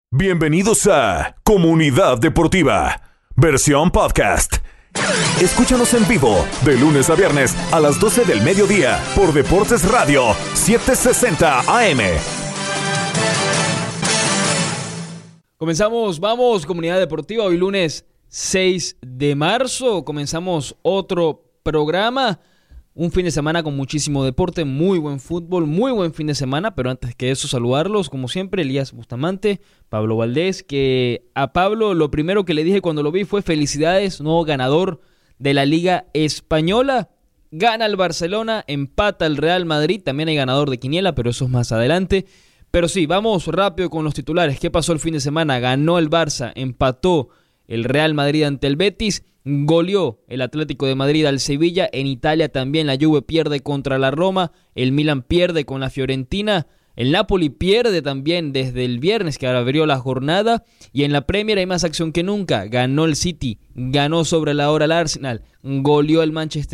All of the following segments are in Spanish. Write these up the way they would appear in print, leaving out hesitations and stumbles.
Bienvenidos a Comunidad Deportiva, versión podcast. Escúchanos en vivo de lunes a viernes a las 12 del mediodía por Deportes Radio 760 AM. Comenzamos, vamos, Comunidad Deportiva, hoy lunes 6 de marzo, comenzamos otro programa. Un fin de semana con muchísimo deporte, muy buen fútbol, muy buen fin de semana, pero antes que eso saludarlos, como siempre, Elías Bustamante, Pablo Valdés, que a Pablo lo primero que le dije cuando lo vi fue felicidades, nuevo ganador de la Liga Española, gana el Barcelona, empata el Real Madrid, también hay ganador de quiniela, pero eso es más adelante. Pero sí, vamos rápido con los titulares. ¿Qué pasó el fin de semana? Ganó el Barça, empató el Real Madrid ante el Betis, goleó el Atlético de Madrid al Sevilla. En Italia también la Juve pierde contra la Roma, el Milan pierde con la Fiorentina, el Napoli pierde también desde el viernes que abrió la jornada, y en la Premier hay más acción que nunca. Ganó el City, ganó sobre la hora el Arsenal, golearon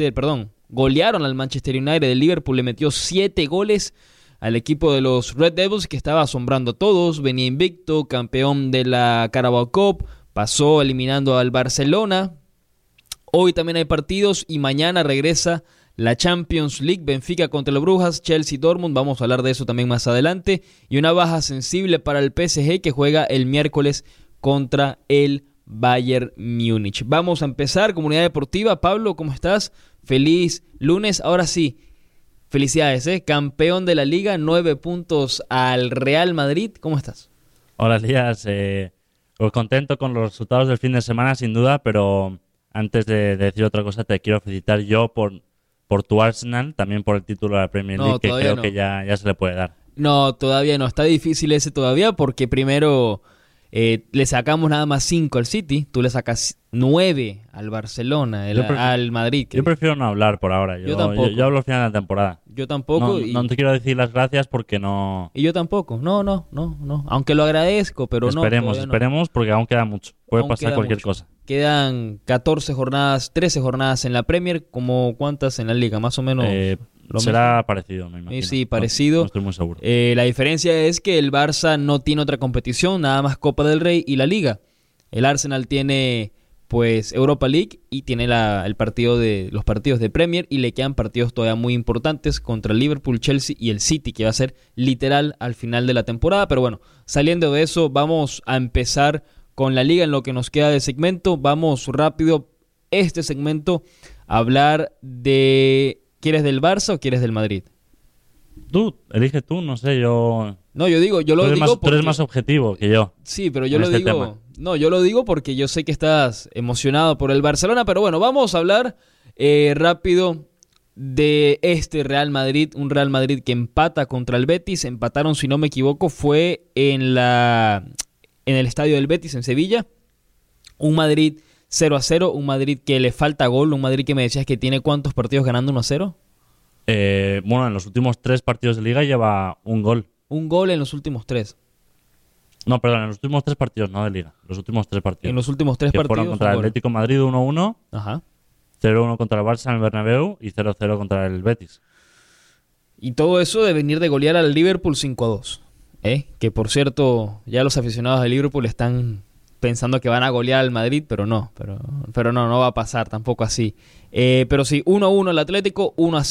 al Manchester United, el Liverpool le metió 7 goles al equipo de los Red Devils, que estaba asombrando a todos, venía invicto, campeón de la Carabao Cup, pasó eliminando al Barcelona. Hoy también hay partidos y mañana regresa la Champions League, Benfica contra el Brujas, Chelsea Dortmund, vamos a hablar de eso también más adelante, y una baja sensible para el PSG que juega el miércoles contra el Bayern Múnich. Vamos a empezar, Comunidad Deportiva. Pablo, ¿cómo estás? Feliz lunes, ahora sí, felicidades, campeón de la Liga, 9 puntos al Real Madrid, ¿cómo estás? Hola Elías, pues contento con los resultados del fin de semana sin duda, pero antes de decir otra cosa te quiero felicitar yo por tu Arsenal, también por el título de la Premier League, que creo que ya se le puede dar. No, todavía no, está difícil ese todavía porque primero le sacamos nada más 5 al City, tú le sacas 9 al Barcelona, al Madrid. Yo prefiero no hablar por ahora, yo hablo al final de la temporada. Yo tampoco. No te quiero decir las gracias porque no... Y yo tampoco, no, aunque lo agradezco, pero Esperemos porque aún queda mucho, puede pasar cualquier cosa. Quedan 14 jornadas, 13 jornadas en la Premier, como ¿cuántas en la Liga? Más o menos... será parecido, me imagino. Sí, parecido. No estoy muy seguro. La diferencia es que el Barça no tiene otra competición, nada más Copa del Rey y la Liga. El Arsenal tiene pues Europa League y tiene los partidos de Premier, y le quedan partidos todavía muy importantes contra el Liverpool, Chelsea y el City, que va a ser literal al final de la temporada. Pero bueno, saliendo de eso, vamos a empezar con la Liga en lo que nos queda de segmento. Vamos rápido este segmento a hablar de... ¿Quieres del Barça o quieres del Madrid? Tú, elige tú, no sé, yo... No, yo lo digo porque... Tú eres más objetivo que yo. Sí, pero yo lo digo... Tema. No, yo lo digo porque yo sé que estás emocionado por el Barcelona, pero bueno, vamos a hablar rápido de este Real Madrid, un Real Madrid que empata contra el Betis. Empataron, si no me equivoco, fue en el estadio del Betis en Sevilla. Un Madrid 0-0, un Madrid que le falta gol, un Madrid que me decías que tiene ¿cuántos partidos ganando 1-0? Bueno, en los últimos 3 partidos de Liga lleva un gol. Un gol en los últimos 3. No, perdón, en los últimos 3 partidos, no de Liga. Los últimos 3 partidos. En los últimos 3 partidos. Fueron contra el Atlético de Madrid 1-1, ajá, 0-1 contra el Barça en el Bernabéu y 0-0 contra el Betis. Y todo eso de venir de golear al Liverpool 5-2. Que por cierto, ya los aficionados del Liverpool están pensando que van a golear al Madrid, pero no va a pasar tampoco así. Pero sí, 1-1 el Atlético,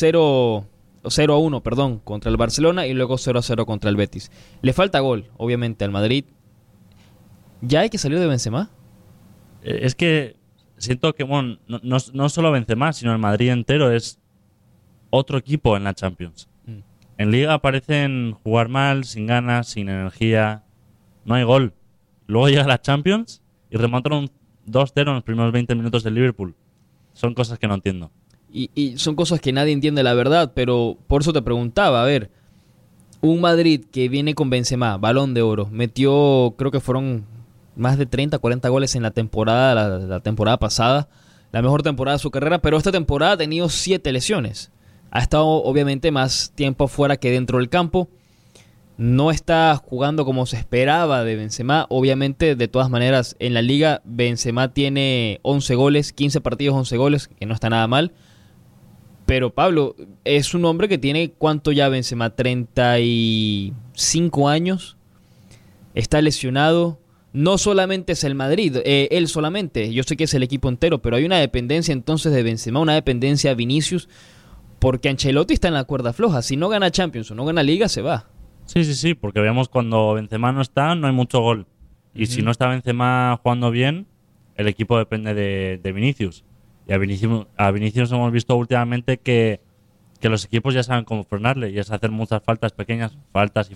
0-1, perdón, contra el Barcelona y luego 0-0 contra el Betis. Le falta gol, obviamente, al Madrid. ¿Ya hay que salir de Benzema? Es que siento que, bueno, no solo Benzema, sino el Madrid entero es otro equipo en la Champions. En Liga parecen jugar mal, sin ganas, sin energía, no hay gol. Luego llega la Champions y remontaron 2-0 en los primeros 20 minutos del Liverpool. Son cosas que no entiendo. Y son cosas que nadie entiende, la verdad, pero por eso te preguntaba, a ver, un Madrid que viene con Benzema, Balón de Oro, metió, creo que fueron más de 30, 40 goles en la temporada, la temporada pasada, la mejor temporada de su carrera, pero esta temporada ha tenido 7 lesiones. Ha estado obviamente más tiempo fuera que dentro del campo. No está jugando como se esperaba de Benzema. Obviamente, de todas maneras, en la Liga Benzema tiene 11 goles, 15 partidos, 11 goles, que no está nada mal. Pero Pablo, es un hombre que tiene, ¿cuánto ya Benzema? 35 años. está lesionado. No solamente es el Madrid, él solamente. Yo sé que es el equipo entero, pero hay una dependencia entonces de Benzema, una dependencia de Vinicius, porque Ancelotti está en la cuerda floja. Si no gana Champions o no gana Liga, se va. Sí, porque vemos cuando Benzema no está, no hay mucho gol. Y si no está Benzema jugando bien, el equipo depende de Vinicius. Y a Vinicius hemos visto últimamente que los equipos ya saben cómo frenarle, y es hacer muchas faltas pequeñas, faltas.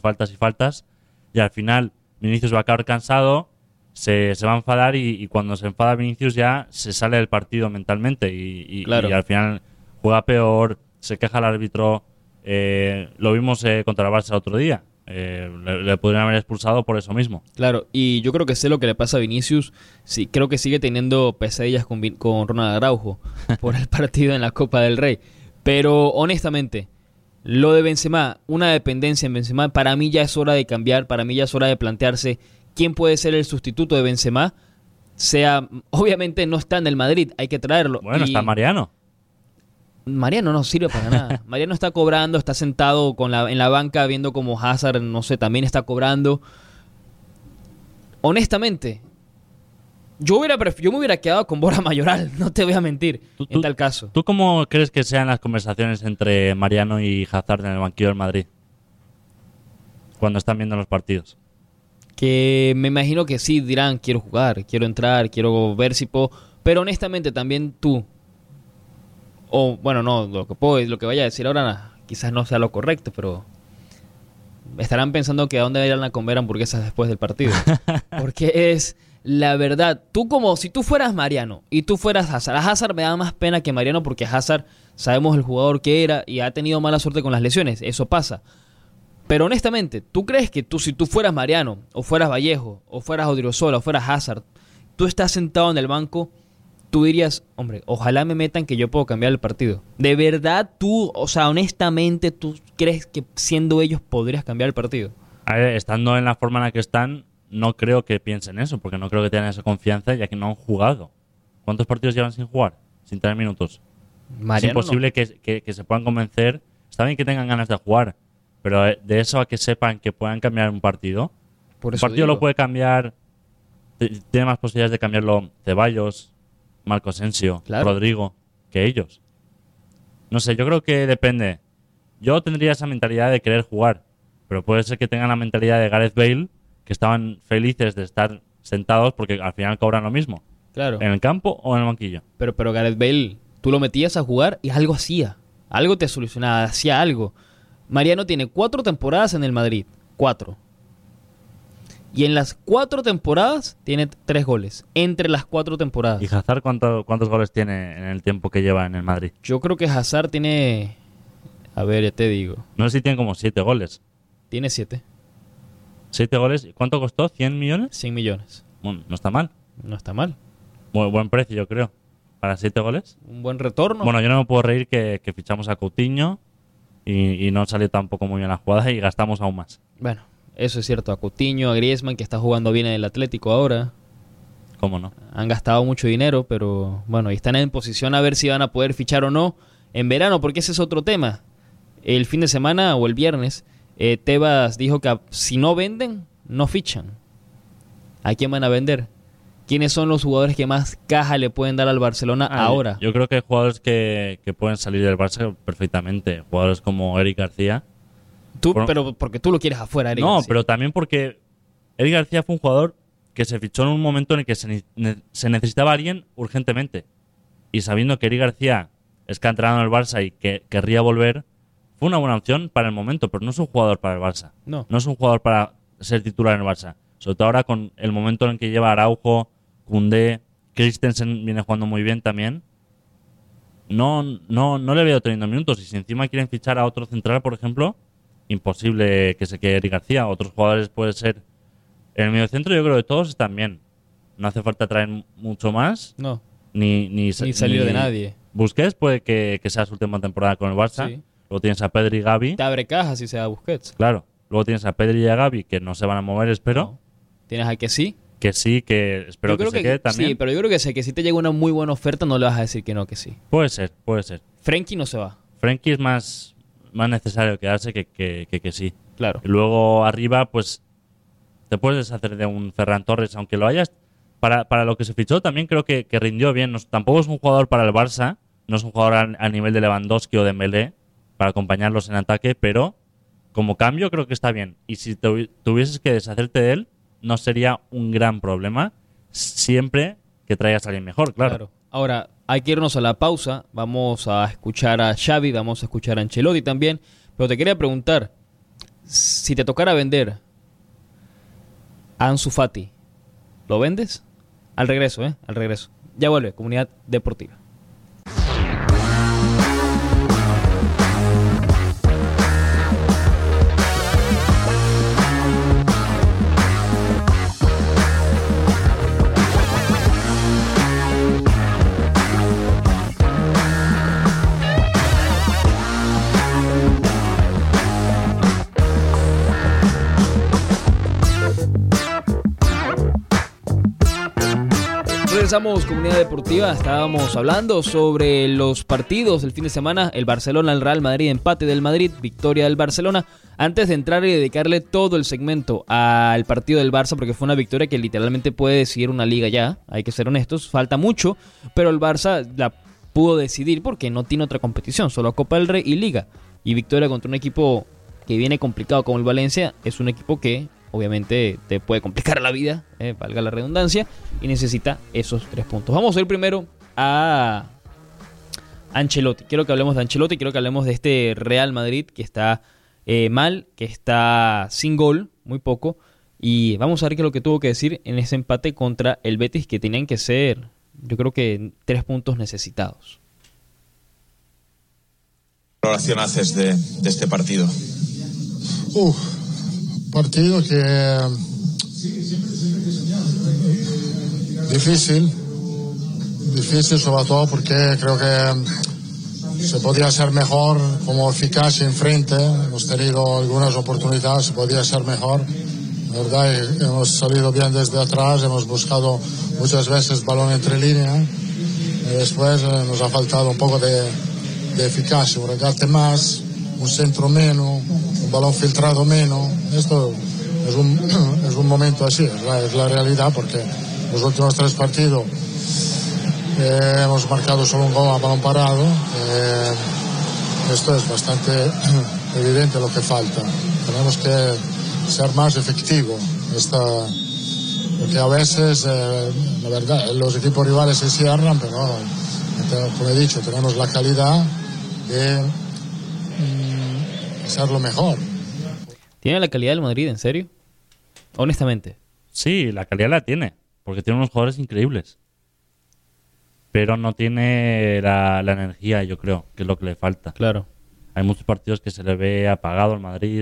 Y al final Vinicius va a acabar cansado, se va a enfadar y cuando se enfada Vinicius ya se sale del partido mentalmente Claro. y al final juega peor, se queja el árbitro. Lo vimos contra el Barça el otro día. Le podrían haber expulsado por eso mismo. Claro, y yo creo que sé lo que le pasa a Vinicius. Sí, creo que sigue teniendo pesadillas con Ronald Araujo por el partido en la Copa del Rey. Pero honestamente, lo de Benzema, una dependencia en Benzema, para mí ya es hora de cambiar, para mí ya es hora de plantearse quién puede ser el sustituto de Benzema. Obviamente no está en el Madrid, hay que traerlo. Bueno, está Mariano. Mariano no sirve para nada. Mariano está cobrando, está sentado en la banca viendo como Hazard, no sé, también está cobrando. Honestamente, yo me hubiera quedado con Borja Mayoral, no te voy a mentir, en tal caso. ¿Tú cómo crees que sean las conversaciones entre Mariano y Hazard en el banquillo del Madrid? Cuando están viendo los partidos. Que me imagino que sí dirán, quiero jugar, quiero entrar, quiero ver si puedo. Pero honestamente también tú, o bueno, no, lo que vaya a decir ahora quizás no sea lo correcto, pero estarán pensando que a dónde irán a comer hamburguesas después del partido. Porque es la verdad. Si tú fueras Mariano y tú fueras Hazard, a Hazard me da más pena que Mariano, porque Hazard sabemos el jugador que era y ha tenido mala suerte con las lesiones, eso pasa. Pero honestamente, ¿tú crees que si tú fueras Mariano, o fueras Vallejo, o fueras Odriozola, o fueras Hazard, tú estás sentado en el banco, tú dirías, hombre, ojalá me metan que yo puedo cambiar el partido? ¿De verdad tú, honestamente, tú crees que siendo ellos podrías cambiar el partido? A ver, estando en la forma en la que están, no creo que piensen eso, porque no creo que tengan esa confianza, ya que no han jugado. ¿Cuántos partidos llevan sin jugar? Sin tener minutos. Mariano es imposible que se puedan convencer. Está bien que tengan ganas de jugar, pero de eso a que sepan que puedan cambiar un partido. Por Un eso partido digo. lo puede cambiar, tiene más posibilidades de cambiarlo Ceballos, Marco Asensio, Claro. Rodrigo, que ellos. No sé, yo creo que depende. Yo tendría esa mentalidad de querer jugar, pero puede ser que tengan la mentalidad de Gareth Bale, que estaban felices de estar sentados porque al final cobran lo mismo. Claro. ¿En el campo o en el banquillo? Pero Gareth Bale, tú lo metías a jugar y algo hacía. Algo te solucionaba, hacía algo. Mariano tiene 4 temporadas en el Madrid. 4. Y en las 4 temporadas tiene 3 goles. Entre las 4 temporadas. ¿Y Hazard cuántos goles tiene en el tiempo que lleva en el Madrid? Yo creo que Hazard tiene... A ver, ya te digo. No sé si tiene como 7 goles. Tiene 7. 7 goles. ¿Cuánto costó? ¿100 millones? 100 millones. Bueno, no está mal. No está mal. Buen precio, yo creo. Para 7 goles. Un buen retorno. Bueno, yo no me puedo reír que fichamos a Coutinho y no salió tampoco muy bien la jugada y gastamos aún más. Bueno, eso es cierto. A Coutinho, a Griezmann, que está jugando bien en el Atlético ahora. ¿Cómo no? Han gastado mucho dinero, pero bueno, y están en posición a ver si van a poder fichar o no en verano, porque ese es otro tema. El fin de semana o el viernes, Tebas dijo que si no venden, no fichan. ¿A quién van a vender? ¿Quiénes son los jugadores que más caja le pueden dar al Barcelona ahora? Yo creo que hay jugadores que pueden salir del Barça perfectamente. Jugadores como Eric García. Pero porque tú lo quieres afuera, Eric. No, García. pero también porque Eric García fue un jugador que se fichó en un momento en el que se necesitaba alguien urgentemente. Y sabiendo que Eric García es canterano en el Barça y que querría volver, fue una buena opción para el momento, pero no es un jugador para el Barça. No. No es un jugador para ser titular en el Barça. Sobre todo ahora con el momento en el que lleva Araujo, Koundé, Christensen viene jugando muy bien también. No le veo teniendo minutos. Y si encima quieren fichar a otro central, por ejemplo, imposible que se quede Eric García. Otros jugadores puede ser. En el mediocentro yo creo que todos están bien. No hace falta traer mucho más. No. Ni salir de nadie. Busquets puede que sea su última temporada con el Barça. Sí. Luego tienes a Pedri y Gavi. Te abre caja si se da Busquets. Claro. Luego tienes a Pedri y a Gavi que no se van a mover, espero. No. Tienes a que sí. Que sí, que espero que se quede también. Sí, pero yo creo que si te llega una muy buena oferta no le vas a decir que no, que sí. Puede ser. Frenkie no se va. Frenkie es más necesario quedarse que sí. Claro. Y luego arriba, pues te puedes deshacer de un Ferran Torres, aunque lo hayas... Para lo que se fichó también creo que rindió bien. Tampoco es un jugador para el Barça, no es un jugador a nivel de Lewandowski o de Dembélé para acompañarlos en ataque, pero como cambio creo que está bien. Y si tuvieses que deshacerte de él, no sería un gran problema, siempre que traigas a alguien mejor, claro. Ahora, hay que irnos a la pausa. Vamos a escuchar a Xavi, vamos a escuchar a Ancelotti también. Pero te quería preguntar, si te tocara vender a Ansu Fati, ¿lo vendes? Al regreso, al regreso. Ya vuelve, Comunidad Deportiva. Regresamos, Comunidad Deportiva. Estábamos hablando sobre los partidos del fin de semana. El Barcelona, el Real Madrid, empate del Madrid, victoria del Barcelona. Antes de entrar y dedicarle todo el segmento al partido del Barça, porque fue una victoria que literalmente puede decidir una liga ya, hay que ser honestos, falta mucho, pero el Barça la pudo decidir porque no tiene otra competición, solo Copa del Rey y Liga. Y victoria contra un equipo que viene complicado como el Valencia, es un equipo que obviamente te puede complicar la vida, valga la redundancia, y necesita esos 3 puntos. Vamos a ir primero a Ancelotti. Quiero que hablemos de Ancelotti, quiero que hablemos de este Real Madrid que está mal, que está sin gol, muy poco, y vamos a ver qué es lo que tuvo que decir en ese empate contra el Betis, que tenían que ser, yo creo que 3 puntos necesitados. ¿Qué valoración haces de este partido? Partido que difícil sobre todo porque creo que se podía ser mejor, como eficaz enfrente, hemos tenido algunas oportunidades, se podía ser mejor, la verdad hemos salido bien desde atrás, hemos buscado muchas veces balón entre líneas, y después nos ha faltado un poco de eficacia, un regate más, un centro menos, un balón filtrado menos. Esto es un momento así, es la realidad, porque los últimos 3 partidos hemos marcado solo un gol a balón parado. Esto es bastante evidente lo que falta. Tenemos que ser más efectivos, porque a veces, la verdad, los equipos rivales se cierran, pero como he dicho, tenemos la calidad de hacerlo mejor. ¿Tiene la calidad del Madrid, en serio? Honestamente. Sí, la calidad la tiene, porque tiene unos jugadores increíbles. Pero no tiene la energía, yo creo, que es lo que le falta. Claro. Hay muchos partidos que se le ve apagado al Madrid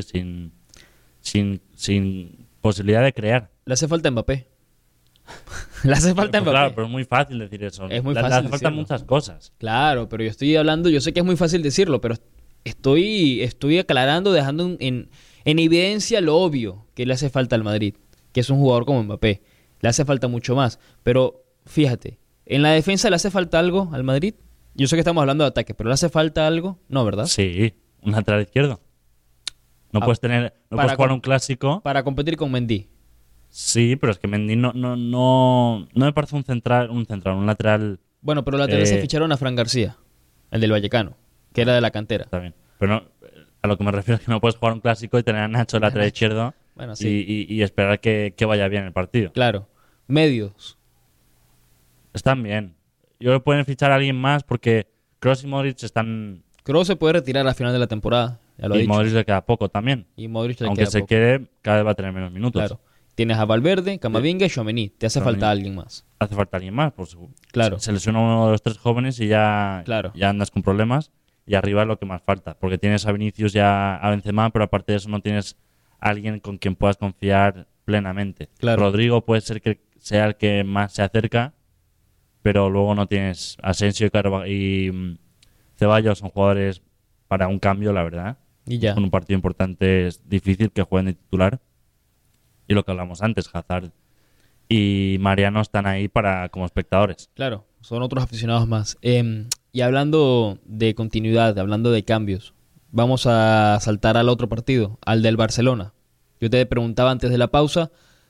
sin posibilidad de crear. Le hace falta Mbappé. Le hace falta Mbappé. Claro, pero es muy fácil decir eso. Es muy fácil le hace falta decirlo. muchas cosas. Claro, pero yo estoy hablando, yo sé que es muy fácil decirlo, pero estoy aclarando, dejando en evidencia lo obvio que le hace falta al Madrid, que es un jugador como Mbappé. Le hace falta mucho más. Pero fíjate, ¿en la defensa le hace falta algo al Madrid? Yo sé que estamos hablando de ataque, pero ¿le hace falta algo? No, ¿verdad? Sí, un lateral izquierdo. No puedes jugar un clásico. Para competir con Mendy. Sí, pero es que Mendy no me parece un lateral. Bueno, pero lateral se ficharon a Fran García, el del Vallecano, que era de la cantera. Está bien. Pero no, a lo que me refiero es que no puedes jugar un clásico y tener a Nacho lateral izquierdo bueno, sí. y esperar que vaya bien el partido. Claro. Medios. Están bien. Yo creo que pueden fichar a alguien más porque Kroos y Modric están... Kroos se puede retirar al final de la temporada, ya lo ha dicho. Y Modric le queda poco también. Y Modric le aunque queda se poco. quede, cada vez va a tener menos minutos. Claro. Tienes a Valverde, Camavinga y Tchouaméni. Te hace falta alguien más. Hace falta alguien más. Pues, claro. Se lesiona uno de los 3 jóvenes y ya andas con problemas. Y arriba es lo que más falta. Porque tienes a Vinicius y a Benzema, pero aparte de eso no tienes a alguien con quien puedas confiar plenamente. Claro. Rodrigo puede ser que sea el que más se acerca, pero luego no tienes Asensio y Ceballos, son jugadores para un cambio, la verdad. Y ya. Con un partido importante es difícil que jueguen de titular. Y lo que hablamos antes, Hazard y Mariano están ahí como espectadores. Claro, son otros aficionados más. Y hablando de continuidad, hablando de cambios, vamos a saltar al otro partido, al del Barcelona. Yo te preguntaba antes de la pausa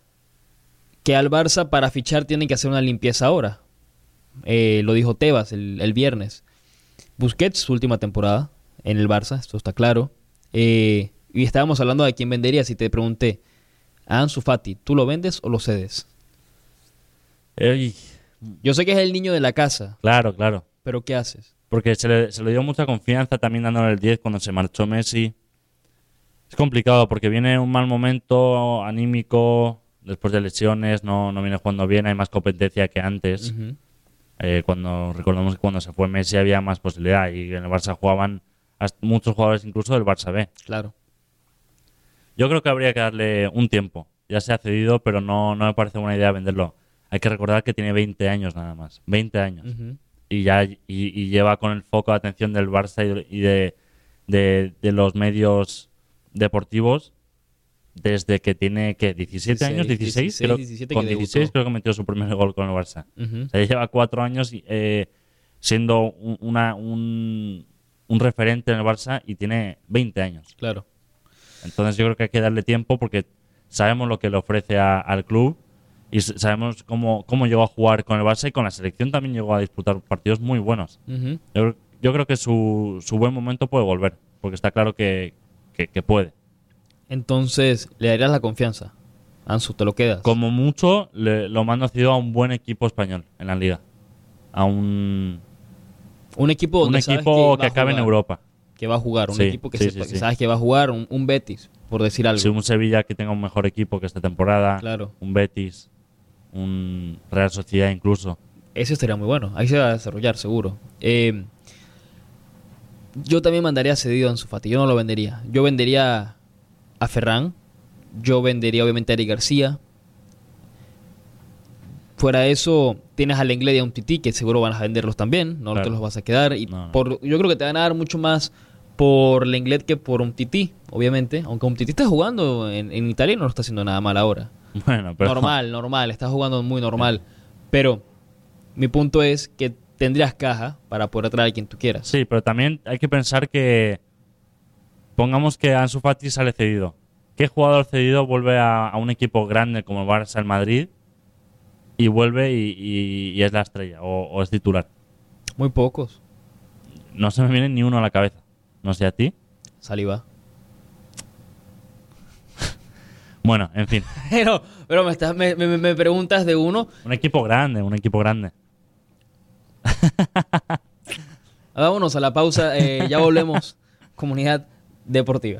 que al Barça para fichar tienen que hacer una limpieza ahora. Lo dijo Tebas el viernes. Busquets, su última temporada en el Barça, esto está claro. Y estábamos hablando de quién vendería. Si te pregunté, a Ansu Fati, ¿tú lo vendes o lo cedes? Yo sé que es el niño de la casa. Claro, claro. ¿Pero qué haces? Porque se le dio mucha confianza también dándole el 10 cuando se marchó Messi. Es complicado porque viene un mal momento anímico, después de lesiones, no viene jugando bien, hay más competencia que antes. Uh-huh. Cuando recordamos que cuando se fue Messi había más posibilidad y en el Barça jugaban muchos jugadores incluso del Barça B. Claro. Yo creo que habría que darle un tiempo. Ya se ha cedido, pero no me parece buena idea venderlo. Hay que recordar que tiene 20 años nada más. 20 años. Uh-huh. Y lleva con el foco de atención del Barça y de los medios deportivos desde que tiene, ¿qué? 17 años, 16 creo, 17 con que 16 creo que metió su primer gol con el Barça. Uh-huh. O sea, lleva 4 años siendo un referente en el Barça y tiene 20 años. Claro. Entonces yo creo que hay que darle tiempo porque sabemos lo que le ofrece al club y sabemos cómo llegó a jugar con el Barça y con la selección también llegó a disputar partidos muy buenos. Uh-huh. Yo creo que su buen momento puede volver porque está claro que puede. Entonces, ¿le darías la confianza? Ansu, ¿te lo quedas? Como mucho, lo mando cedido a un buen equipo español en la liga. A un equipo donde sabes que acabe en Europa. Que va a jugar, un Sí, equipo que sí, que sabes que va a jugar, un Betis, por decir algo. Sí, un Sevilla que tenga un mejor equipo que esta temporada. Claro. Un Betis, un Real Sociedad incluso. Ese estaría muy bueno. Ahí se va a desarrollar, seguro. Yo también mandaría cedido a Ansu Fati. Yo no lo vendería. Yo vendería a Ferran. Yo vendería obviamente a Eric García. Fuera de eso, tienes al Lenglet y a un Tití, que seguro van a venderlos también. No Claro. te los vas a quedar. Y No. yo creo que te van a dar mucho más por Lenglet que por un Tití, obviamente. Aunque un Tití está jugando en Italia y no lo está haciendo nada mal ahora. Bueno, pero Normal. Está jugando muy normal. Pero mi punto es que tendrías caja para poder traer a quien tú quieras. sí, pero también hay que pensar que pongamos que Ansu Fati sale cedido. ¿Qué jugador cedido vuelve a un equipo grande como el Barça, el Madrid y vuelve y es la estrella o es titular? Muy pocos. No se me viene ni uno a la cabeza. No sé a ti. Saliba. Bueno, en fin. Pero me preguntas de uno. Un equipo grande. Vámonos a la pausa. Ya volvemos. Comunidad Deportiva.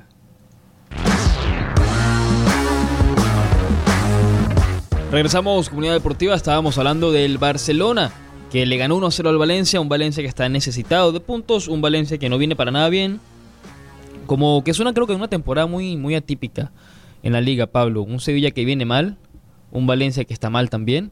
Regresamos, Comunidad Deportiva. Estábamos hablando del Barcelona, que le ganó 1-0 al Valencia. Un Valencia que está necesitado de puntos. Un Valencia que no viene para nada bien. Como que suena, creo que una temporada muy, muy atípica en la liga, Pablo. Un Sevilla que viene mal. Un Valencia que está mal también.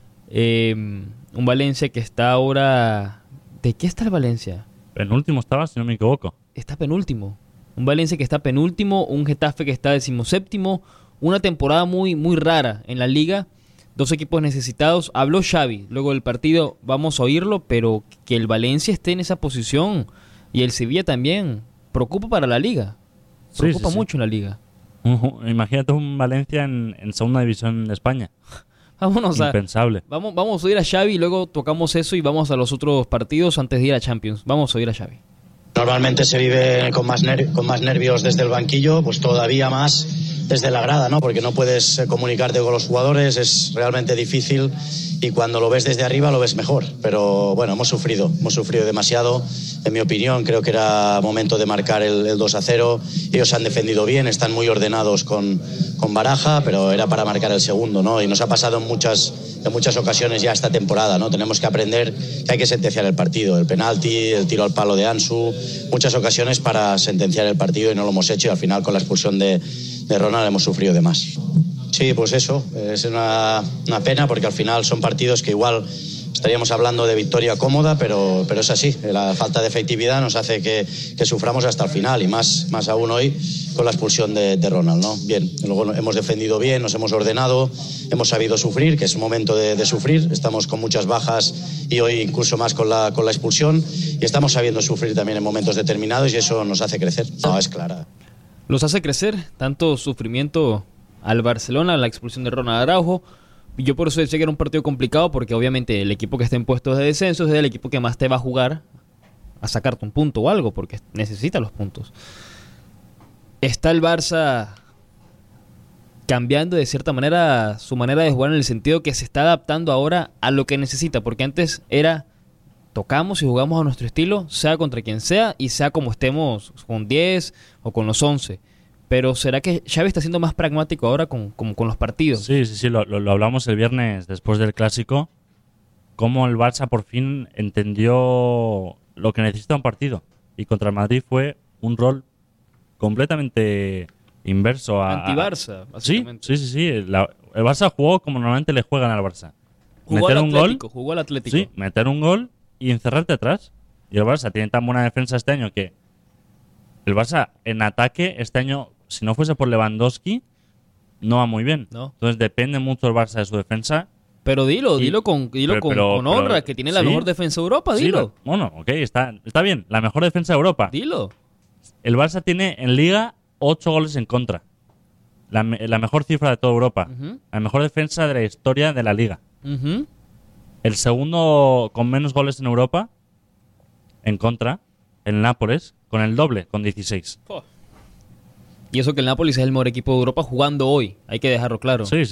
Un Valencia que está ahora... ¿De qué está el Valencia? Penúltimo estaba, si no me equivoco. Está penúltimo. Un Valencia que está penúltimo. Un Getafe que está 17º. Una temporada muy, muy rara en la liga. Dos equipos necesitados. Habló Xavi luego del partido. Vamos a oírlo. Pero que el Valencia esté en esa posición y el Sevilla también preocupa para la liga. Preocupa sí. mucho en la liga. Imagínate un Valencia en segunda división de España. Vámonos Impensable. Vamos a oír a Xavi y luego tocamos eso y vamos a los otros partidos antes de ir a Champions. Vamos a oír a Xavi. Normalmente se vive con más nervios desde el banquillo, pues todavía más desde la grada, ¿no? Porque no puedes comunicarte con los jugadores, es realmente difícil y cuando lo ves desde arriba lo ves mejor. Pero bueno, hemos sufrido demasiado. En mi opinión, creo que era momento de marcar el 2-0. Ellos han defendido bien, están muy ordenados con Baraja, pero era para marcar el segundo, ¿no? Y nos ha pasado en muchas ocasiones ya esta temporada, ¿no? Tenemos que aprender que hay que sentenciar el partido. El penalti, el tiro al palo de Ansu, muchas ocasiones para sentenciar el partido y no lo hemos hecho y al final con la expulsión de Ronald hemos sufrido de más. Sí, pues eso, es una pena porque al final son partidos que igual estaríamos hablando de victoria cómoda, pero es así. La falta de efectividad nos hace que suframos hasta el final y más aún hoy con la expulsión de Ronald, ¿no? Bien, luego hemos defendido bien, nos hemos ordenado, hemos sabido sufrir, que es un momento de sufrir. Estamos con muchas bajas y hoy incluso más con la expulsión y estamos sabiendo sufrir también en momentos determinados y eso nos hace crecer. No, es clara. Los hace crecer, tanto sufrimiento al Barcelona, la expulsión de Ronald Araujo, Yo por eso decía que era un partido complicado, porque obviamente el equipo que está en puestos de descenso es el equipo que más te va a jugar a sacarte un punto o algo, porque necesita los puntos. Está el Barça cambiando de cierta manera su manera de jugar, en el sentido que se está adaptando ahora a lo que necesita, porque antes era tocamos y jugamos a nuestro estilo, sea contra quien sea y sea como estemos, con 10 o con los 11. Pero ¿será que Xavi está siendo más pragmático ahora con los partidos? Sí, lo hablamos el viernes después del Clásico, cómo el Barça por fin entendió lo que necesita un partido. Y contra el Madrid fue un rol completamente inverso a... Anti-Barça, básicamente. Sí. El Barça jugó como normalmente le juegan al Barça. Jugó meter al un Atlético, gol, jugó al Atlético. Sí, meter un gol y encerrarte atrás. Y el Barça tiene tan buena defensa este año que el Barça en ataque este año, si no fuese por Lewandowski, no va muy bien. No. Entonces depende mucho el Barça de su defensa. Pero dilo con honra, que tiene la sí, mejor defensa de Europa, sí, dilo. Bueno, ok, está bien. La mejor defensa de Europa. Dilo. El Barça tiene en Liga 8 goles en contra. La mejor cifra de toda Europa. Ujú. La mejor defensa de la historia de la Liga. Ujú. El segundo con menos goles en Europa, en contra, el Nápoles, con el doble, con 16. Y eso que el Nápoles es el mejor equipo de Europa jugando hoy. Hay que dejarlo claro. Sí.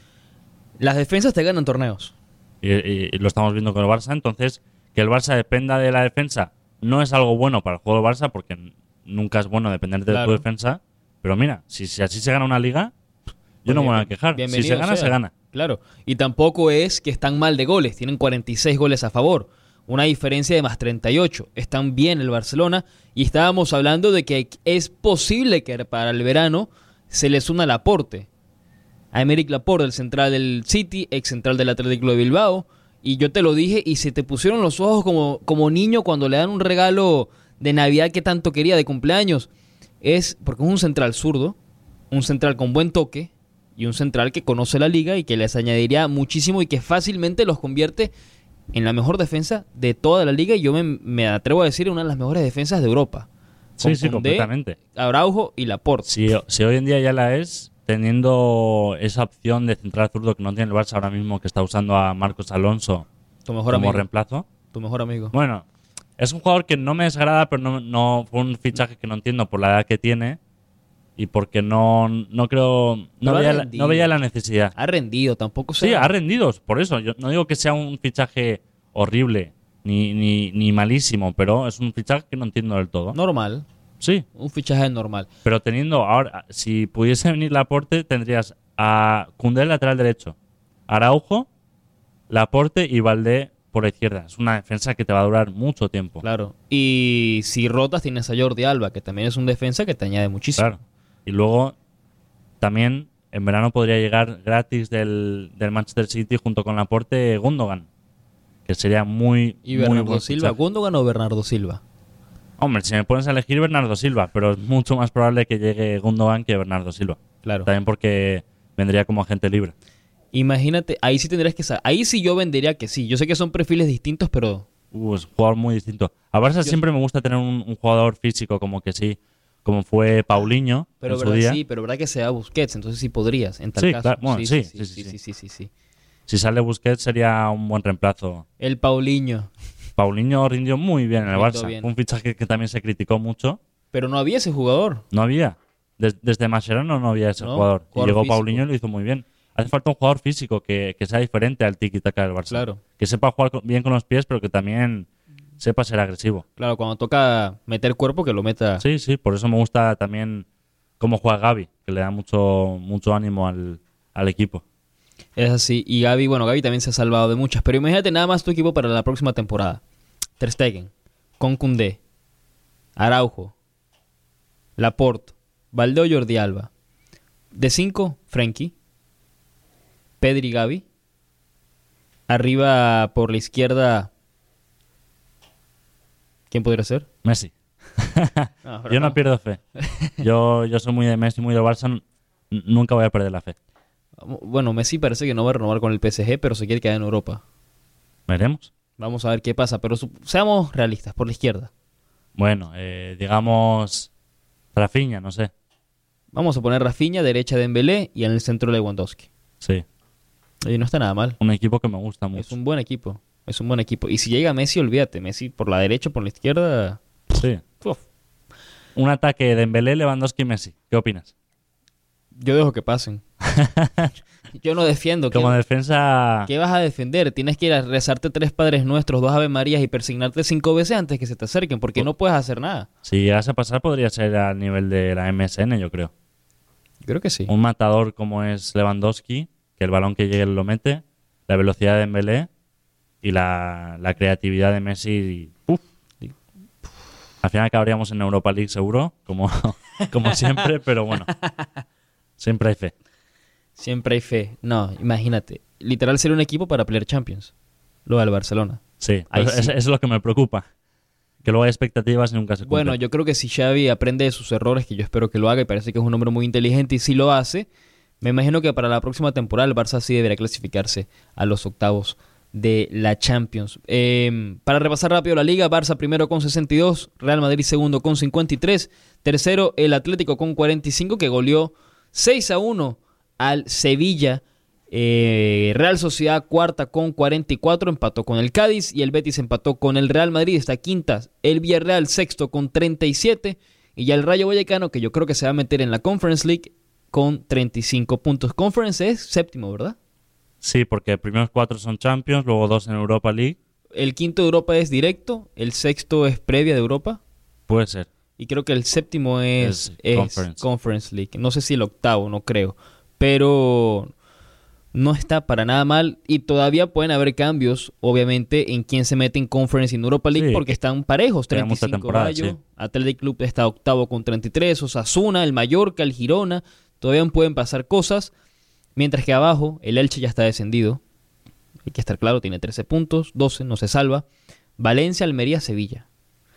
Las defensas te ganan torneos. Y lo estamos viendo con el Barça. Entonces, que el Barça dependa de la defensa no es algo bueno para el juego del Barça, porque nunca es bueno depender de Claro. tu defensa. Pero mira, si así se gana una liga, yo no me voy a quejar. Si Bienvenido se gana, sea. se gana. Claro. Y tampoco es que están mal de goles. Tienen 46 goles a favor. Una diferencia de más 38. Están bien el Barcelona. Y estábamos hablando de que es posible que para el verano se les una Laporte. A Aymeric Laporte, el central del City, ex central del Atlético de Bilbao. Y yo te lo dije y se te pusieron los ojos como niño cuando le dan un regalo de Navidad que tanto quería, de cumpleaños. Es porque es un central zurdo, un central con buen toque y un central que conoce la liga y que les añadiría muchísimo y que fácilmente los convierte en la mejor defensa de toda la liga, y yo me atrevo a decir una de las mejores defensas de Europa. Sí, Koundé, completamente. Araujo y Laporte. Si hoy en día ya la es, teniendo esa opción de central zurdo que no tiene el Barça ahora mismo, que está usando a Marcos Alonso Tu mejor como amigo. reemplazo. Tu mejor amigo. Bueno, es un jugador que no me desagrada, pero no fue un fichaje que no entiendo por la edad que tiene y porque no creo, no veía la necesidad. Ha rendido, tampoco Sí, sea. ha rendido, por eso. Yo no digo que sea un fichaje horrible ni malísimo, pero es un fichaje que no entiendo del todo. Normal. Sí, Un fichaje normal. pero teniendo ahora, si pudiese venir Laporte, tendrías a Koundé lateral derecho, Araujo, Laporte y Valdé por la izquierda. Es una defensa que te va a durar mucho tiempo. Claro. Y si rotas tienes a Jordi Alba, que también es un defensa que te añade muchísimo. Claro. Y luego también en verano podría llegar gratis del Manchester City junto con Laporte Gundogan, que sería ¿Y muy Bernardo buen Silva? fichaje. ¿Gundogan o Bernardo Silva? Hombre, si me pones a elegir Bernardo Silva, pero es mucho más probable que llegue Gundogan que Bernardo Silva. Claro. También porque vendría como agente libre. Imagínate, ahí sí tendrías que saber. Ahí sí yo vendería que sí. Yo sé que son perfiles distintos, pero Es un jugador muy distinto. A Barça siempre me gusta tener un jugador físico como que sí, como fue Paulinho pero en su verdad día. sí, pero verdad que sea Busquets, entonces sí podrías, en tal Sí, caso. claro, bueno, sí. Sí. Si sale Busquets sería un buen reemplazo. El Paulinho, Paulinho rindió muy bien en el Rindió Barça. bien. Fue un fichaje que también se criticó mucho. pero no había ese jugador. No había. Desde Mascherano no había ese No, jugador. Y jugador llegó físico. Paulinho y lo hizo muy bien. Hace falta un jugador físico que sea diferente al tiki-taka del Barça. Claro. Que sepa jugar bien con los pies, pero que también sepa ser agresivo. Claro, cuando toca meter cuerpo, que lo meta. Sí, por eso me gusta también cómo juega Gavi, que le da mucho ánimo al equipo. Es así. Y Gavi, bueno, Gavi también se ha salvado de muchas. Pero imagínate nada más tu equipo para la próxima temporada. Ter Stegen, con Koundé, Araujo, Laporte, Valdé o Jordi Alba. De 5, Frenkie, Pedri, Gavi. Arriba por la izquierda, ¿quién podría ser? Messi. No, pero Yo no pierdo fe. Yo soy muy de Messi, muy de Barça. Nunca voy a perder la fe. Bueno, Messi parece que no va a renovar con el PSG, pero se quiere quedar en Europa. Veremos. Vamos a ver qué pasa, pero seamos realistas, por la izquierda. Bueno, digamos Rafinha, no sé. Vamos a poner Rafinha, derecha Dembélé y en el centro Lewandowski. Sí. Y no está nada mal. Un equipo que me gusta mucho. Es un buen equipo. Es un buen equipo. Y si llega Messi, olvídate. Messi por la derecha, por la izquierda. Sí. Uf. Un ataque de Dembélé, Lewandowski y Messi. ¿Qué opinas? Yo dejo que pasen. Yo no defiendo. Como defensa... ¿Qué vas a defender? Tienes que ir a rezarte 3 Padres Nuestros, 2 Ave Marías y persignarte 5 veces antes que se te acerquen, porque no puedes hacer nada. Si llegas a pasar, podría ser al nivel de la MSN, yo creo. Yo creo que sí. Un matador como es Lewandowski, que el balón que llegue lo mete, la velocidad de Dembélé y la creatividad de Messi. Al final acabaríamos en Europa League seguro, como siempre, pero bueno, siempre hay fe. Siempre hay fe. No, imagínate. Literal sería un equipo para pelear Champions. Lo del Barcelona. Sí, Ahí pero sí. es lo que me preocupa. Que luego hay expectativas y nunca se cumplen. Bueno, yo creo que si Xavi aprende de sus errores, que yo espero que lo haga, y parece que es un hombre muy inteligente y si lo hace, me imagino que para la próxima temporada el Barça sí deberá clasificarse a los octavos de la Champions. Para repasar rápido la Liga, Barça primero con 62, Real Madrid segundo con 53, tercero el Atlético con 45, que goleó 6-1 al Sevilla. Real Sociedad cuarta con 44, empató con el Cádiz, y el Betis empató con el Real Madrid, está quinta el Villarreal, sexto con 37, y ya el Rayo Vallecano, que yo creo que se va a meter en la Conference League, con 35 puntos. Conference es séptimo, ¿verdad? Sí, porque los primeros 4 son Champions, luego 2 en Europa League. El quinto de Europa es directo, el sexto es previa de Europa, Puede ser. y creo que el séptimo es Conference. Conference League. No sé si el octavo, no creo, pero no está para nada mal, y todavía pueden haber cambios, obviamente, en quién se mete en Conference y en Europa League, Sí, porque están parejos, queda mucha 35 temporada, Rayo, sí. Athletic Club está octavo con 33, Osasuna, el Mallorca, el Girona, todavía pueden pasar cosas, mientras que abajo el Elche ya está descendido, hay que estar claro, tiene 13 puntos, 12, no se salva, Valencia, Almería, Sevilla.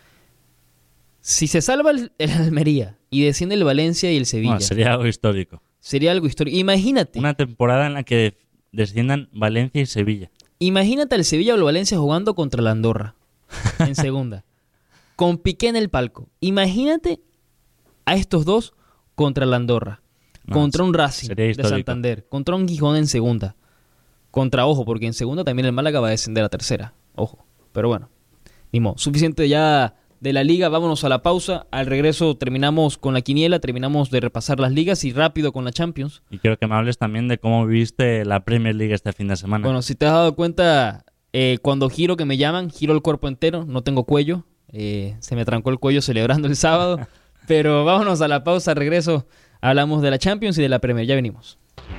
Si se salva el Almería y desciende el Valencia y el Sevilla, Bueno, sería algo histórico. sería algo histórico. Imagínate. Una temporada en la que desciendan Valencia y Sevilla. Imagínate al Sevilla o el Valencia jugando contra la Andorra en segunda, con Piqué en el palco. Imagínate a estos dos contra la Andorra, contra un Racing sería de histórico. Santander, contra un Gijón en segunda, contra, ojo, porque en segunda también el Málaga va a descender a tercera, ojo. Pero bueno, ni modo. Suficiente ya de la Liga, vámonos a la pausa. Al regreso terminamos con la quiniela, terminamos de repasar las ligas y rápido con la Champions. Y quiero que me hables también de cómo viviste la Premier League este fin de semana. Bueno, si te has dado cuenta, cuando giro que me llaman, giro el cuerpo entero, no tengo cuello. Se me trancó el cuello celebrando el sábado. Pero vámonos a la pausa, al regreso hablamos de la Champions y de la Premier. Ya venimos.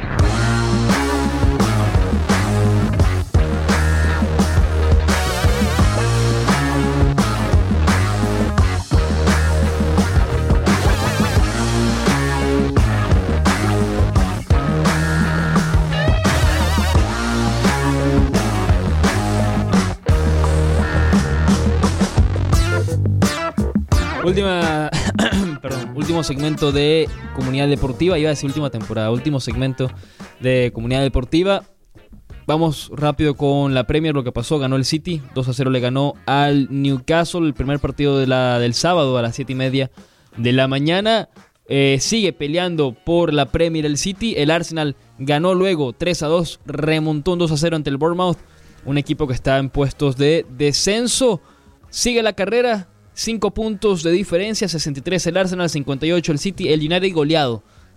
Último segmento de Comunidad Deportiva. Iba a decir última temporada, último segmento de Comunidad Deportiva. Vamos rápido con la Premier, lo que pasó. Ganó el City, 2-0 le ganó al Newcastle. El primer partido del sábado a las 7:30 de la mañana. Sigue peleando por la Premier el City. El Arsenal ganó luego 3-2, remontó un 2-0 ante el Bournemouth, un equipo que está en puestos de descenso. Sigue la carrera, 5 puntos de diferencia, 63 el Arsenal, 58 el City. El United goleado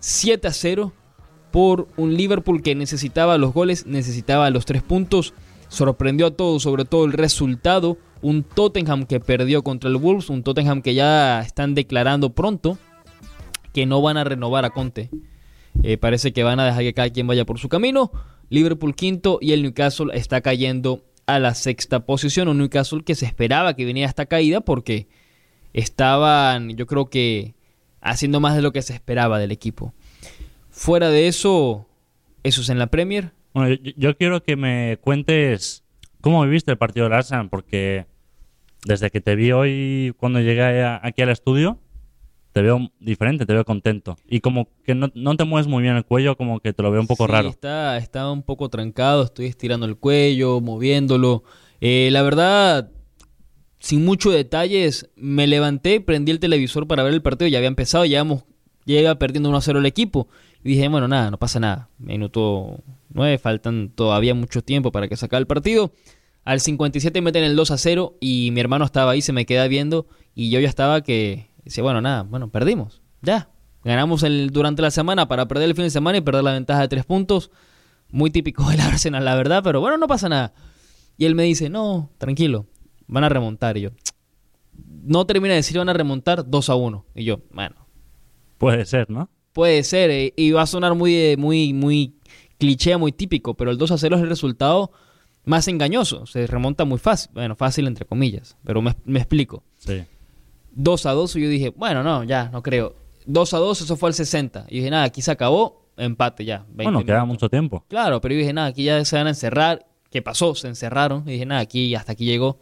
7-0 por un Liverpool que necesitaba los goles, necesitaba los 3 puntos. Sorprendió a todos, sobre todo el resultado. Un Tottenham que perdió contra el Wolves, un Tottenham que ya están declarando pronto que no van a renovar a Conte. Parece que van a dejar que cada quien vaya por su camino. Liverpool quinto y el Newcastle está cayendo a la sexta posición. Un Newcastle que se esperaba que viniera esta caída porque estaban, yo creo que, haciendo más de lo que se esperaba del equipo. Fuera de eso, eso es en la Premier. Bueno, yo quiero que me cuentes cómo viviste el partido del Arsenal, porque desde que te vi hoy cuando llegué aquí al estudio, te veo diferente, te veo contento. Y como que no te mueves muy bien el cuello, como que te lo veo un poco raro. Está un poco trancado, estoy estirando el cuello, moviéndolo. La verdad, sin muchos detalles, me levanté, prendí el televisor para ver el partido, ya había empezado, ya iba perdiendo 1-0 el equipo. Y dije, bueno, nada, no pasa nada. Minuto 9, faltan todavía mucho tiempo para que se acabe el partido. Al 57 meten el 2-0 y mi hermano estaba ahí, se me queda viendo y yo ya estaba que decía, bueno, nada, bueno, perdimos, ya. Ganamos durante la semana para perder el fin de semana y perder la ventaja de 3 puntos. Muy típico del Arsenal, la verdad, pero bueno, no pasa nada. Y él me dice, no, tranquilo, van a remontar. Y yo, no termina de decir van a remontar 2-1. Y yo, bueno. Puede ser, ¿no? Puede ser, y va a sonar muy cliché, muy típico, pero el 2-0 es el resultado más engañoso. Se remonta muy fácil, bueno, fácil entre comillas, pero me explico. Sí. 2-2 y yo dije, bueno, no, ya, no creo. 2-2, eso fue al 60. Y dije, nada, aquí se acabó, empate ya. 20 bueno, queda minutos. mucho tiempo. Claro, pero yo dije, nada, aquí ya se van a encerrar. ¿Qué pasó? Se encerraron. Y dije, nada, aquí hasta aquí llegó.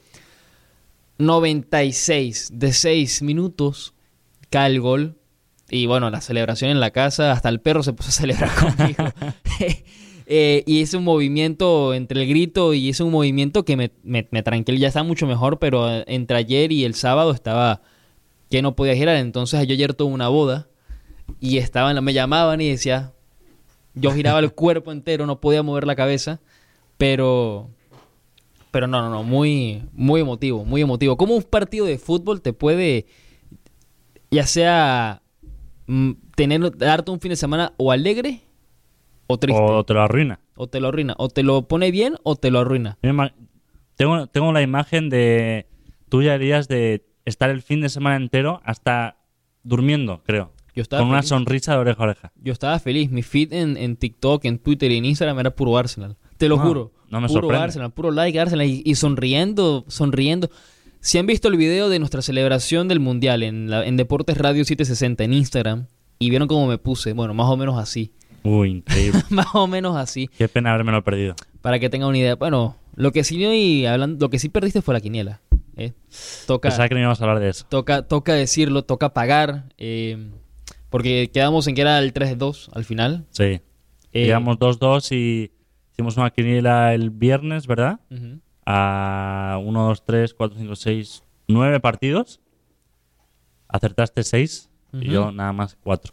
96 de 6 minutos cae el gol. Y bueno, la celebración en la casa, hasta el perro se puso a celebrar conmigo. Y hice un movimiento entre el grito y hice un movimiento que me tranquilizó. Ya estaba mucho mejor, pero entre ayer y el sábado estaba que no podía girar. Entonces yo ayer tuve una boda y me llamaban y decía, yo giraba el cuerpo entero, no podía mover la cabeza, pero no, muy emotivo, muy emotivo. ¿Cómo un partido de fútbol te puede, ya sea darte un fin de semana o alegre o triste? O te lo arruina. O te lo arruina. O te lo pone bien o te lo arruina. Tengo la imagen de... Tú ya harías de estar el fin de semana entero hasta durmiendo, creo. Yo estaba con una feliz. sonrisa de oreja a oreja. Yo estaba feliz. Mi feed en TikTok, en Twitter y en Instagram era puro Arsenal. Te lo juro. No me puro sorprende. Arsenal, puro like Arsenal. Y sonriendo. Si han visto el video de nuestra celebración del Mundial en Deportes Radio 760 en Instagram y vieron cómo me puse, bueno, más o menos así. Uy, increíble. Más o menos así. Qué pena habérmelo perdido. Para que tengan una idea. Bueno, lo que sí perdiste fue la quiniela. Pensaba que no íbamos a hablar de eso. Toca decirlo, toca pagar. Porque quedamos en que era el 3-2 al final. Sí. Llegamos 2-2 y hicimos una quiniela el viernes, ¿verdad? Uh-huh. A 1, 2, 3, 4, 5, 6, 9 partidos. Acertaste 6 y yo nada más 4.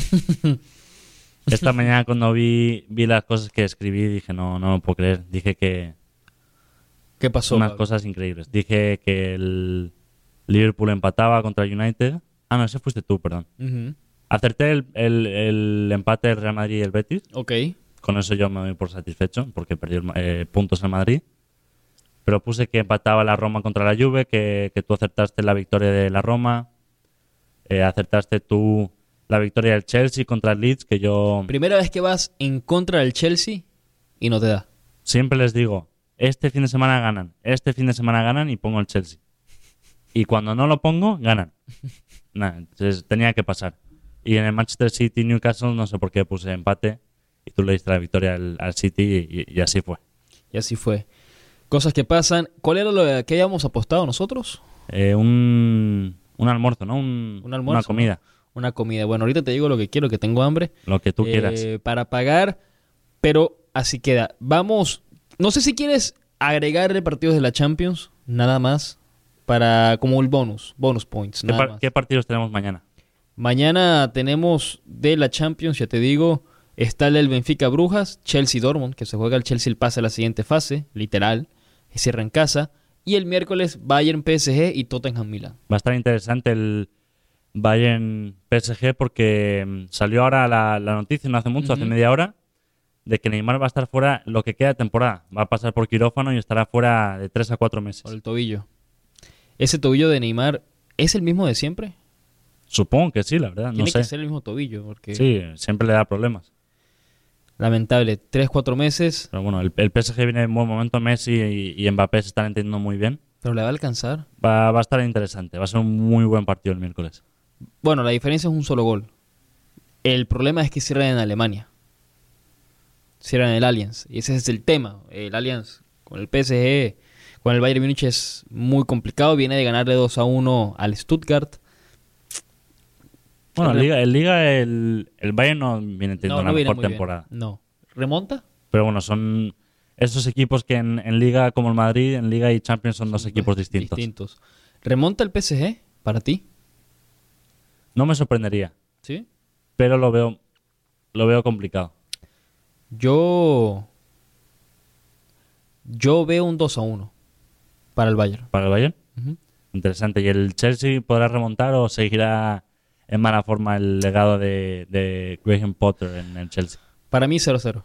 Esta mañana cuando vi las cosas que escribí dije, no me puedo creer. Dije que... ¿Qué pasó? Unas Pablo? cosas increíbles. Dije que el Liverpool empataba contra el United. Ah, no, ese fuiste tú, perdón. Uh-huh. Acerté el empate del Real Madrid y el Betis. Ok. Con eso yo me doy por satisfecho, porque perdí puntos en Madrid. Pero puse que empataba la Roma contra la Juve, que tú acertaste la victoria de la Roma. Acertaste tú la victoria del Chelsea contra el Leeds, que yo Primera vez que vas en contra del Chelsea y no te da. siempre les digo, este fin de semana ganan y pongo el Chelsea. Y cuando no lo pongo, ganan. Nah, entonces tenía que pasar. Y en el Manchester City Newcastle no sé por qué puse empate y tú le diste la victoria al City y así fue. Y así fue. Cosas que pasan. ¿Cuál era lo que habíamos apostado nosotros? Un almuerzo, ¿no? Un almuerzo, una comida. ¿no? Una comida. Bueno, ahorita te digo lo que quiero, que tengo hambre. Lo que tú quieras. Para pagar, pero así queda. Vamos, no sé si quieres agregarle partidos de la Champions, nada más, para como el bonus points, nada más. ¿Qué partidos tenemos mañana? Mañana tenemos de la Champions, ya te digo, está el Benfica Brujas, Chelsea Dortmund, que se juega el Chelsea el pase a la siguiente fase, literal, y cierra en casa. Y el miércoles Bayern PSG y Tottenham Milan. Va a estar interesante el Bayern PSG porque salió ahora la noticia, no hace mucho, hace media hora, de que Neymar va a estar fuera lo que queda de temporada. Va a pasar por quirófano y estará fuera de 3 a 4 meses. Por el tobillo. ¿Ese tobillo de Neymar es el mismo de siempre? Supongo que sí, la verdad, no Tiene sé. que ser el mismo tobillo, porque Sí, siempre le da problemas. lamentable, 3-4 meses, Pero bueno, el PSG viene en buen momento, Messi y Mbappé se están entendiendo muy bien. pero le va a alcanzar. Va a estar interesante, va a ser un muy buen partido el miércoles. Bueno, la diferencia es un solo gol. El problema es que cierran en Alemania. Cierran en el Allianz. Y ese es el tema. El Allianz con el PSG, con el Bayern Múnich es muy complicado. Viene de ganarle 2-1 al Stuttgart. Bueno, el Bayern no viene teniendo una viene mejor muy bien. temporada. No. ¿Remonta? Pero bueno, son esos equipos que en Liga como el Madrid, en Liga y Champions son dos equipos distintos. ¿Remonta el PSG para ti? No me sorprendería, ¿Sí? pero lo veo complicado. Yo veo un 2-1 para el Bayern. ¿Para el Bayern? Ujú. Interesante. ¿Y el Chelsea podrá remontar o seguirá en mala forma el legado de Graham Potter en el Chelsea? Para mí 0-0.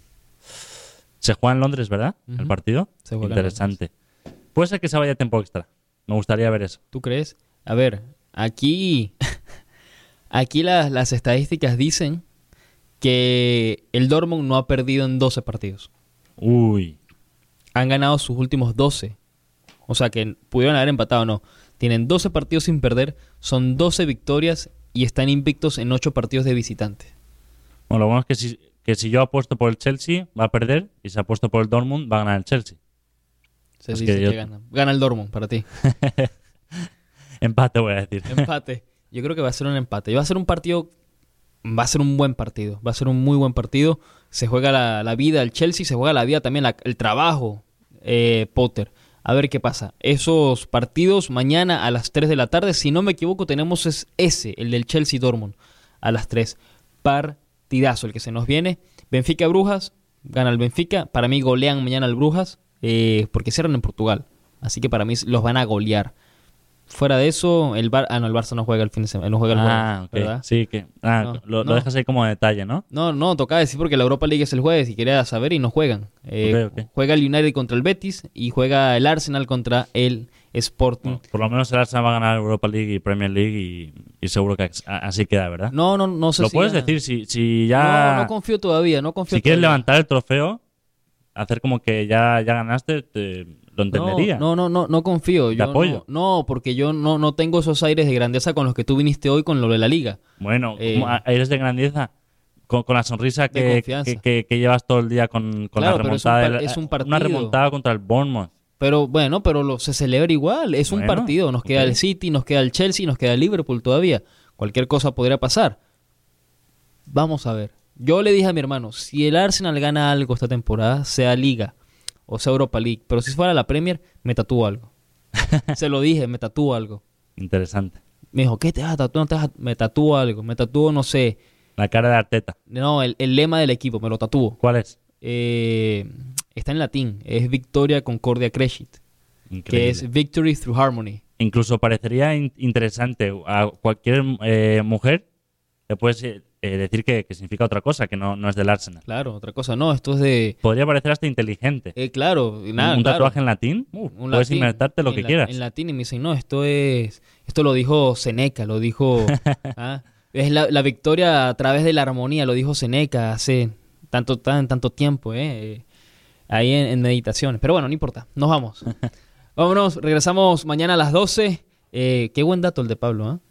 Se juega en Londres, ¿verdad? Ujú. El partido. Se juega en Interesante. Puede ser que se vaya a tiempo extra. Me gustaría ver eso. ¿Tú crees? A ver, aquí las estadísticas dicen que el Dortmund no ha perdido en 12 partidos. Uy. Han ganado sus últimos 12. O sea que pudieron haber empatado o no. Tienen 12 partidos sin perder, son 12 victorias y están invictos en 8 partidos de visitante. Bueno, lo bueno es que si yo apuesto por el Chelsea, va a perder. Y si apuesto por el Dortmund, va a ganar el Chelsea. Se Es dice que que yo- gana. Gana el Dortmund para ti. Empate, voy a decir. Empate. Yo creo que va a ser un empate. Va a ser un partido. Va a ser un buen partido. Va a ser un muy buen partido. Se juega la vida el Chelsea. Se juega la vida también el trabajo. Potter. A ver qué pasa. Esos partidos mañana a las 3 de la tarde. Si no me equivoco, tenemos el del Chelsea Dortmund. A las 3. Partidazo el que se nos viene. Benfica Brujas. Gana el Benfica. Para mí golean mañana al Brujas. Porque cierran en Portugal. Así que para mí los van a golear. Fuera de eso, el Barça no juega el fin de semana, no juega el jueves, Ok. ¿verdad? Sí, que No, lo no. dejas ahí como detalle, ¿no? No, tocaba decir porque la Europa League es el jueves y quería saber y no juegan. Ok. Juega el United contra el Betis y juega el Arsenal contra el Sporting. Bueno, por lo menos el Arsenal va a ganar Europa League y Premier League y seguro que así queda, ¿verdad? No sé Lo si puedes gana. decir si ya... No confío todavía, no confío Si quieres todavía. levantar el trofeo, hacer como que ya ganaste, lo entendería. No confío. Te Yo apoyo. No, porque yo no tengo esos aires de grandeza con los que tú viniste hoy con lo de la liga. Bueno, Eh, como eres de grandeza, con la sonrisa de que confianza. llevas todo el día con Claro, la pero es un remontada. es un una partido. remontada contra el Bournemouth. Pero bueno, se celebra igual. Es un Bueno, partido. Nos queda ok. el City, nos queda el Chelsea, nos queda el Liverpool todavía. Cualquier cosa podría pasar. Vamos a ver. Yo le dije a mi hermano, si el Arsenal gana algo esta temporada, sea Liga o sea Europa League, pero si fuera la Premier, me tatúo algo. Se lo dije, me tatúo algo. Interesante. Me dijo, ¿qué te vas a tatuar? Me tatúo algo. Me tatúo, no sé. La cara de Arteta. No, el lema del equipo, me lo tatúo. ¿Cuál es? Está en latín. Es Victoria Concordia Crescit. Increíble. Que es Victory Through Harmony. Incluso parecería interesante a cualquier mujer. Le puedes decir que significa otra cosa, que no es del Arsenal. Claro, otra cosa. No, esto es de... Podría parecer hasta inteligente. claro, nada, un claro. tatuaje en latín, Un puedes latín, inventarte lo en que la- quieras. En latín y me dicen, no, esto lo dijo Seneca, lo dijo... es la victoria a través de la armonía, lo dijo Seneca hace tanto tiempo, ahí en meditaciones. Pero bueno, no importa, nos vamos. Vámonos, regresamos mañana a las 12. Qué buen dato el de Pablo, ¿eh?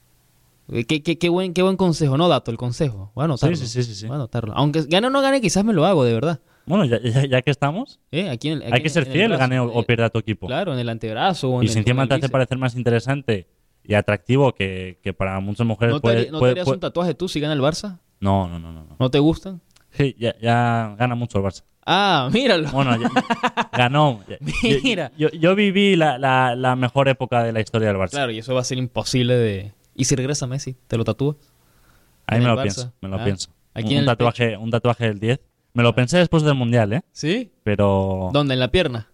Qué buen consejo, no dato, el consejo. Voy a anotarlo. Sí. Voy a anotarlo. Aunque gane o no gane, quizás me lo hago, de verdad. Bueno, ya que estamos, Aquí hay que ser en el fiel, brazo. gane o pierda a tu equipo. Claro, en el antebrazo. O Y en si el, encima o en te el hace bíceps. parecer más interesante y atractivo que para muchas mujeres ¿No te, puede... no te harías un tatuaje tú si gana el Barça? No. ¿No te gustan? Sí, ya gana mucho el Barça. Ah, míralo. Bueno, ganó. Mira. Yo viví la mejor época de la historia del Barça. Claro, y eso va a ser imposible de... ¿Y si regresa Messi? ¿Te lo tatúas? Ahí en me el lo Barça. pienso, me lo Ah, pienso. aquí en Un el tatuaje del 10. Me lo pensé después del Mundial, ¿eh? ¿Sí? Pero ¿Dónde? ¿En la pierna?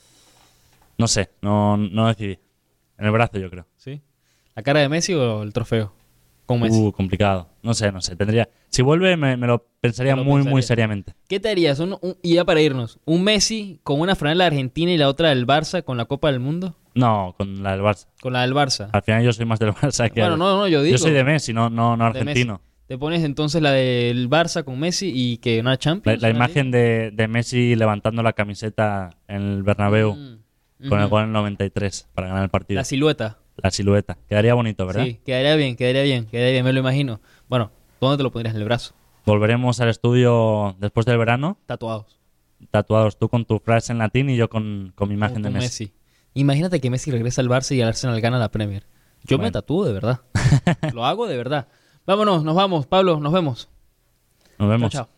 no sé, no decidí. En el brazo, yo creo. ¿Sí? ¿La cara de Messi o el trofeo? Con Messi. Complicado. No sé. Tendría... Si vuelve, me lo pensaría Te lo muy pensaría. seriamente. ¿Qué te harías? Y ya para irnos. ¿Un Messi con una franela de Argentina y la otra del Barça con la Copa del Mundo? No, con la del Barça. Con la del Barça. Al final yo soy más del Barça que... Bueno, no, yo digo. Yo soy de Messi, no de argentino. Messi. Te pones entonces la del Barça con Messi y que una Champions. La una imagen de Messi levantando la camiseta en el Bernabéu Liga. con el Ujú. gol en el 93 para ganar el partido. La silueta. La silueta. Quedaría bonito, ¿verdad? Sí, quedaría bien, me lo imagino. Bueno, ¿dónde te lo pondrías? En el brazo. Volveremos al estudio después del verano, Tatuados. tatuados tú con tu frase en latín y yo con mi imagen de Con Messi. Imagínate que Messi regresa al Barça y el Arsenal gana la Premier. Yo me Bueno. tatúo de verdad. Lo hago de verdad. Vámonos, nos vamos. Pablo, nos vemos. Nos vemos. Chao, chao.